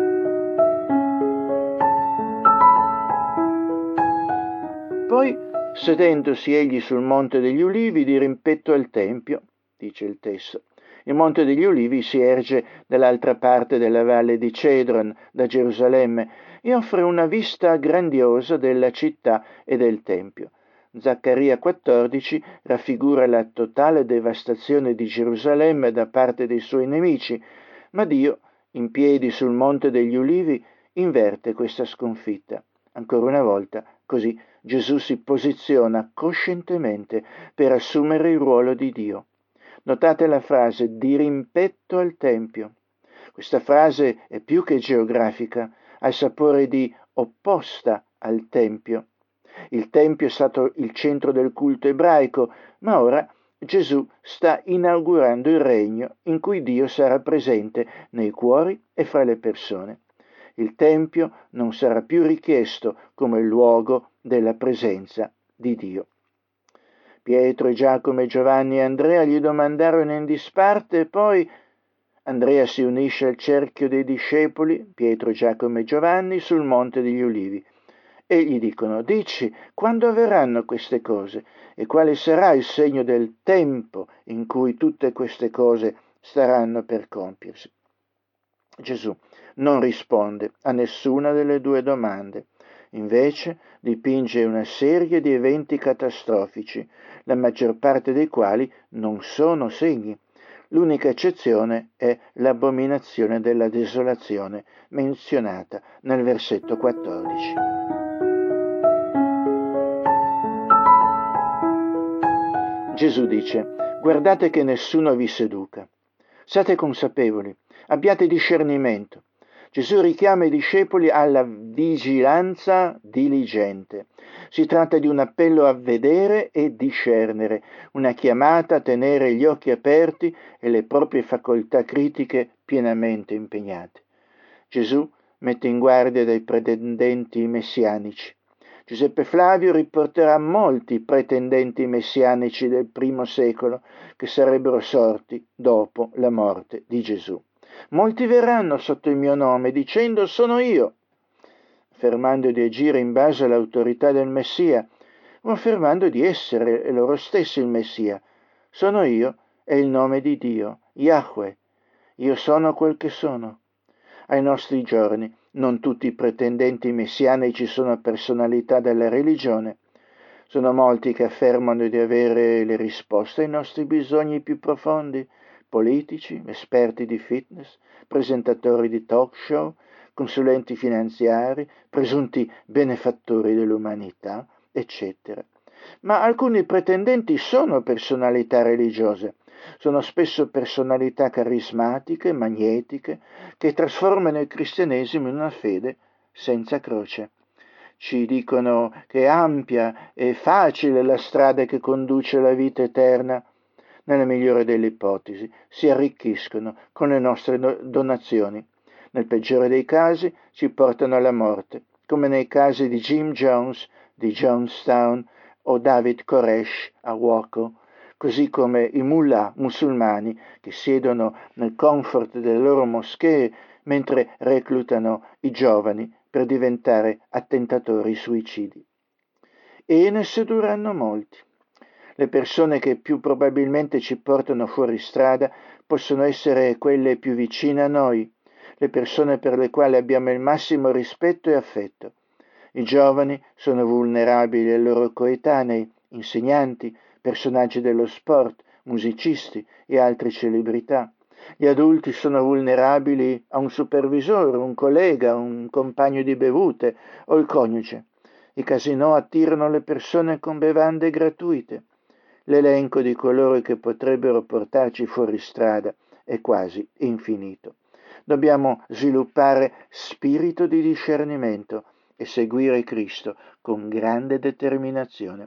Poi Sedendosi egli sul Monte degli Ulivi dirimpetto al Tempio, dice il testo. Il Monte degli Ulivi si erge dall'altra parte della valle di Cedron, da Gerusalemme, e offre una vista grandiosa della città e del Tempio. Zaccaria 14 raffigura la totale devastazione di Gerusalemme da parte dei suoi nemici, ma Dio, in piedi sul Monte degli Ulivi, inverte questa sconfitta. Ancora una volta, così, Gesù si posiziona coscientemente per assumere il ruolo di Dio. Notate la frase dirimpetto al Tempio. Questa frase è più che geografica, ha il sapore di opposta al Tempio. Il Tempio è stato il centro del culto ebraico, ma ora Gesù sta inaugurando il regno in cui Dio sarà presente nei cuori e fra le persone. Il Tempio non sarà più richiesto come luogo della presenza di Dio. Pietro e Giacomo e Giovanni e Andrea gli domandarono in disparte e poi Andrea si unisce al cerchio dei discepoli, Pietro, Giacomo e Giovanni, sul Monte degli Ulivi e gli dicono: dici, quando avverranno queste cose e quale sarà il segno del tempo in cui tutte queste cose staranno per compiersi? Gesù non risponde a nessuna delle due domande, invece dipinge una serie di eventi catastrofici, la maggior parte dei quali non sono segni. L'unica eccezione è l'abominazione della desolazione menzionata nel versetto 14. Gesù dice: guardate che nessuno vi seduca. Siate consapevoli, abbiate discernimento. Gesù richiama i discepoli alla vigilanza diligente. Si tratta di un appello a vedere e discernere, una chiamata a tenere gli occhi aperti e le proprie facoltà critiche pienamente impegnate. Gesù mette in guardia dai pretendenti messianici. Giuseppe Flavio riporterà molti pretendenti messianici del I secolo che sarebbero sorti dopo la morte di Gesù. Molti verranno sotto il mio nome dicendo sono io, affermando di agire in base all'autorità del Messia o affermando di essere loro stessi il Messia. Sono io è il nome di Dio, Yahweh. Io sono quel che sono. Ai nostri giorni non tutti i pretendenti messianici sono personalità della religione. Sono molti che affermano di avere le risposte ai nostri bisogni più profondi, politici, esperti di fitness, presentatori di talk show, consulenti finanziari, presunti benefattori dell'umanità, eccetera. Ma alcuni pretendenti sono personalità religiose. Sono spesso personalità carismatiche, magnetiche, che trasformano il cristianesimo in una fede senza croce. Ci dicono che è ampia e facile la strada che conduce alla vita eterna. Nella migliore delle ipotesi si arricchiscono con le nostre donazioni. Nel peggiore dei casi ci portano alla morte, come nei casi di Jim Jones di Jonestown o David Koresh a Waco, così come i mullah musulmani che siedono nel comfort delle loro moschee mentre reclutano i giovani per diventare attentatori suicidi. E ne sedurranno molti. Le persone che più probabilmente ci portano fuori strada possono essere quelle più vicine a noi, le persone per le quali abbiamo il massimo rispetto e affetto. I giovani sono vulnerabili ai loro coetanei, insegnanti, personaggi dello sport, musicisti e altre celebrità. Gli adulti sono vulnerabili a un supervisore, un collega, un compagno di bevute o il coniuge. I casinò attirano le persone con bevande gratuite. L'elenco di coloro che potrebbero portarci fuori strada è quasi infinito. Dobbiamo sviluppare spirito di discernimento e seguire Cristo con grande determinazione.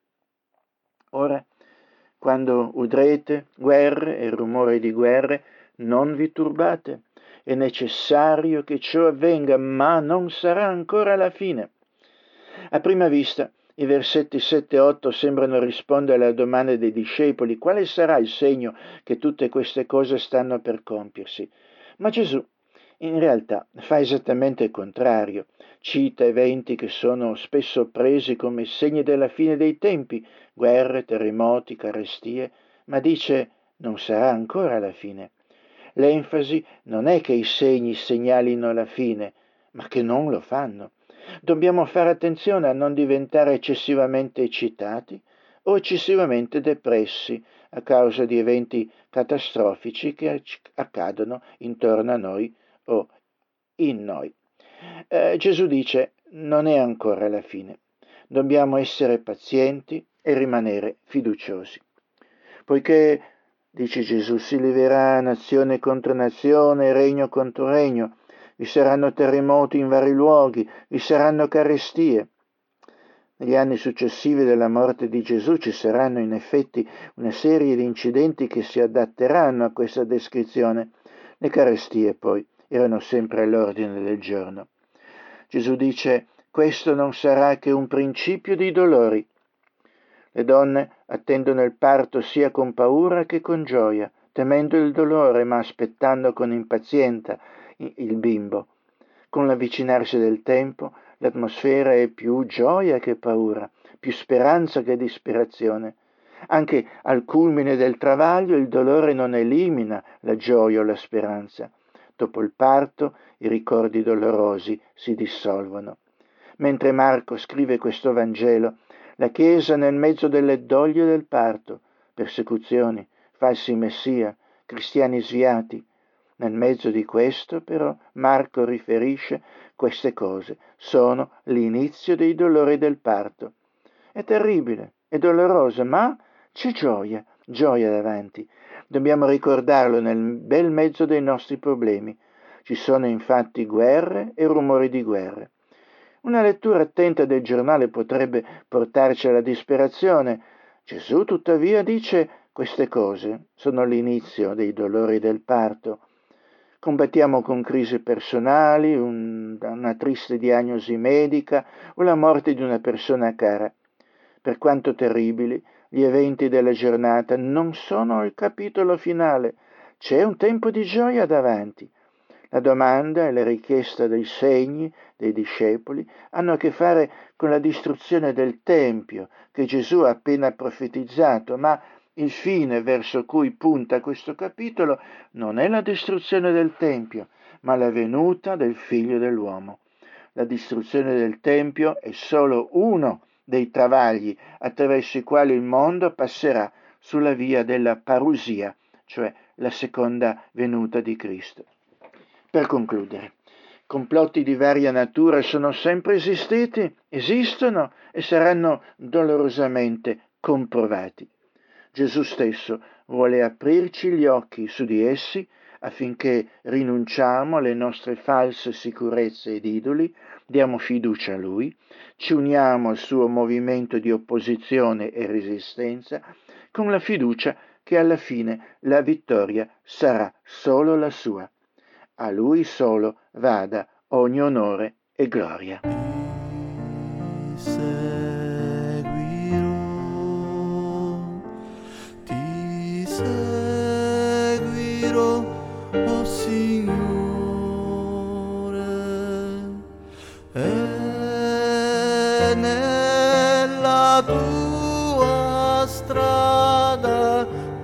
Ora, quando udrete guerre e rumore di guerre, non vi turbate. È necessario che ciò avvenga, ma non sarà ancora la fine. A prima vista, i versetti 7 e 8 sembrano rispondere alla domanda dei discepoli: quale sarà il segno che tutte queste cose stanno per compiersi? Ma Gesù In realtà fa esattamente il contrario, cita eventi che sono spesso presi come segni della fine dei tempi, guerre, terremoti, carestie, ma dice non sarà ancora la fine. L'enfasi non è che i segni segnalino la fine, ma che non lo fanno. Dobbiamo fare attenzione a non diventare eccessivamente eccitati o eccessivamente depressi a causa di eventi catastrofici che accadono intorno a noi o in noi. Gesù dice non è ancora la fine. Dobbiamo essere pazienti e rimanere fiduciosi. Poiché, dice Gesù, si leverà nazione contro nazione, regno contro regno, vi saranno terremoti in vari luoghi, vi saranno carestie. Negli anni successivi della morte di Gesù ci saranno in effetti una serie di incidenti che si adatteranno a questa descrizione. Le carestie poi erano sempre all'ordine del giorno. Gesù dice, questo non sarà che un principio di dolori. Le donne attendono il parto sia con paura che con gioia, temendo il dolore ma aspettando con impazienza il bimbo. Con l'avvicinarsi del tempo, l'atmosfera è più gioia che paura, più speranza che disperazione. Anche al culmine del travaglio il dolore non elimina la gioia o la speranza. Dopo il parto i ricordi dolorosi si dissolvono. Mentre Marco scrive questo Vangelo, la Chiesa nel mezzo delle doglie del parto, persecuzioni, falsi messia, cristiani sviati. Nel mezzo di questo, però, Marco riferisce queste cose. Sono l'inizio dei dolori del parto. È terribile, è doloroso, ma c'è gioia davanti. Dobbiamo ricordarlo nel bel mezzo dei nostri problemi. Ci sono infatti guerre e rumori di guerre. Una lettura attenta del giornale potrebbe portarci alla disperazione. Gesù, tuttavia, dice queste cose sono l'inizio dei dolori del parto. Combattiamo con crisi personali, una triste diagnosi medica o la morte di una persona cara. Per quanto terribili, gli eventi della giornata non sono il capitolo finale. C'è un tempo di gioia davanti. La domanda e la richiesta dei segni dei discepoli hanno a che fare con la distruzione del Tempio che Gesù ha appena profetizzato, ma il fine verso cui punta questo capitolo non è la distruzione del Tempio, ma la venuta del Figlio dell'uomo. La distruzione del Tempio è solo uno dei travagli attraverso i quali il mondo passerà sulla via della parusia, cioè la seconda venuta di Cristo. Per concludere, complotti di varia natura sono sempre esistiti, esistono e saranno dolorosamente comprovati. Gesù stesso vuole aprirci gli occhi su di essi affinché rinunciamo alle nostre false sicurezze ed idoli, diamo fiducia a Lui, ci uniamo al suo movimento di opposizione e resistenza con la fiducia che alla fine la vittoria sarà solo la sua. A Lui solo vada ogni onore e gloria. Ti seguirò, oh Signore, e nella tua strada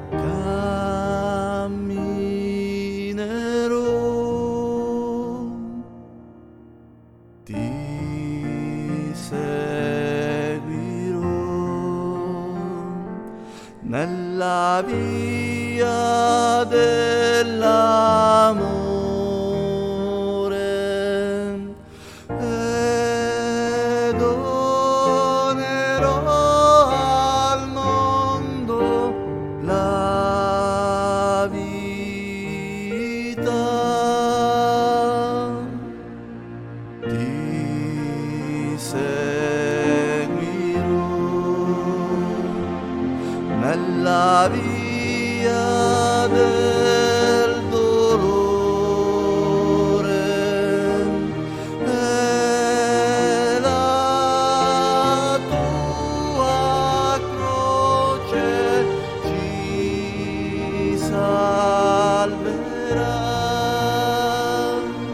nella via dell'amore e donerò al mondo la vita. Ti seguirò nella via del dolore e la tua croce ci salverà.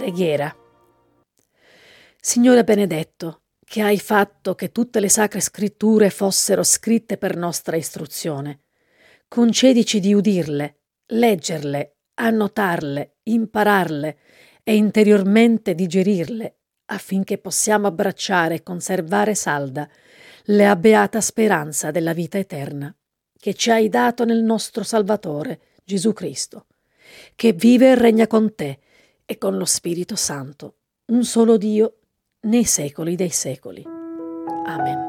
Preghiera. Signore benedetto, che hai fatto che tutte le sacre scritture fossero scritte per nostra istruzione, concedici di udirle, leggerle, annotarle, impararle e interiormente digerirle, affinché possiamo abbracciare e conservare salda la beata speranza della vita eterna, che ci hai dato nel nostro Salvatore, Gesù Cristo, che vive e regna con te e con lo Spirito Santo, un solo Dio, nei secoli dei secoli. Amen.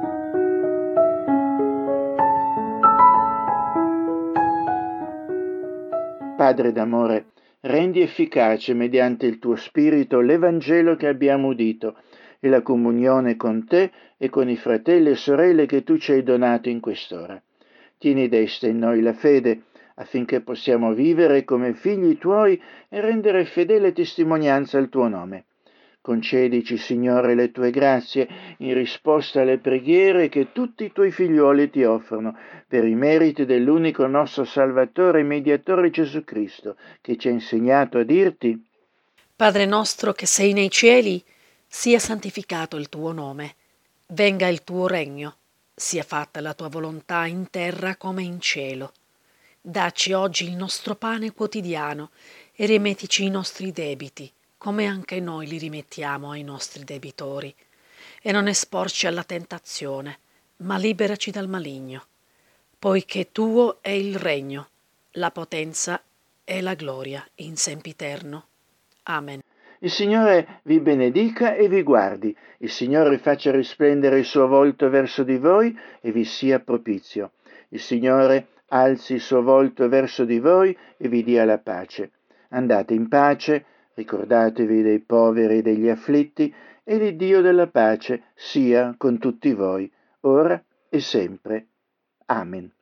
Padre d'amore, rendi efficace mediante il tuo Spirito l'Evangelo che abbiamo udito e la comunione con te e con i fratelli e sorelle che tu ci hai donato in quest'ora. Tieni desta in noi la fede, affinché possiamo vivere come figli tuoi e rendere fedele testimonianza al tuo nome. Concedici, Signore, le tue grazie in risposta alle preghiere che tutti i tuoi figliuoli ti offrono, per i meriti dell'unico nostro Salvatore e Mediatore Gesù Cristo, che ci ha insegnato a dirti: Padre nostro che sei nei cieli, sia santificato il tuo nome, venga il tuo regno, sia fatta la tua volontà in terra come in cielo. Dacci oggi il nostro pane quotidiano e rimettici i nostri debiti, come anche noi li rimettiamo ai nostri debitori. E non esporci alla tentazione, ma liberaci dal maligno, poiché tuo è il regno, la potenza e la gloria in sempiterno. Amen. Il Signore vi benedica e vi guardi. Il Signore faccia risplendere il suo volto verso di voi e vi sia propizio. Il Signore alzi il suo volto verso di voi e vi dia la pace. Andate in pace, ricordatevi dei poveri e degli afflitti, e il Dio della pace sia con tutti voi, ora e sempre. Amen.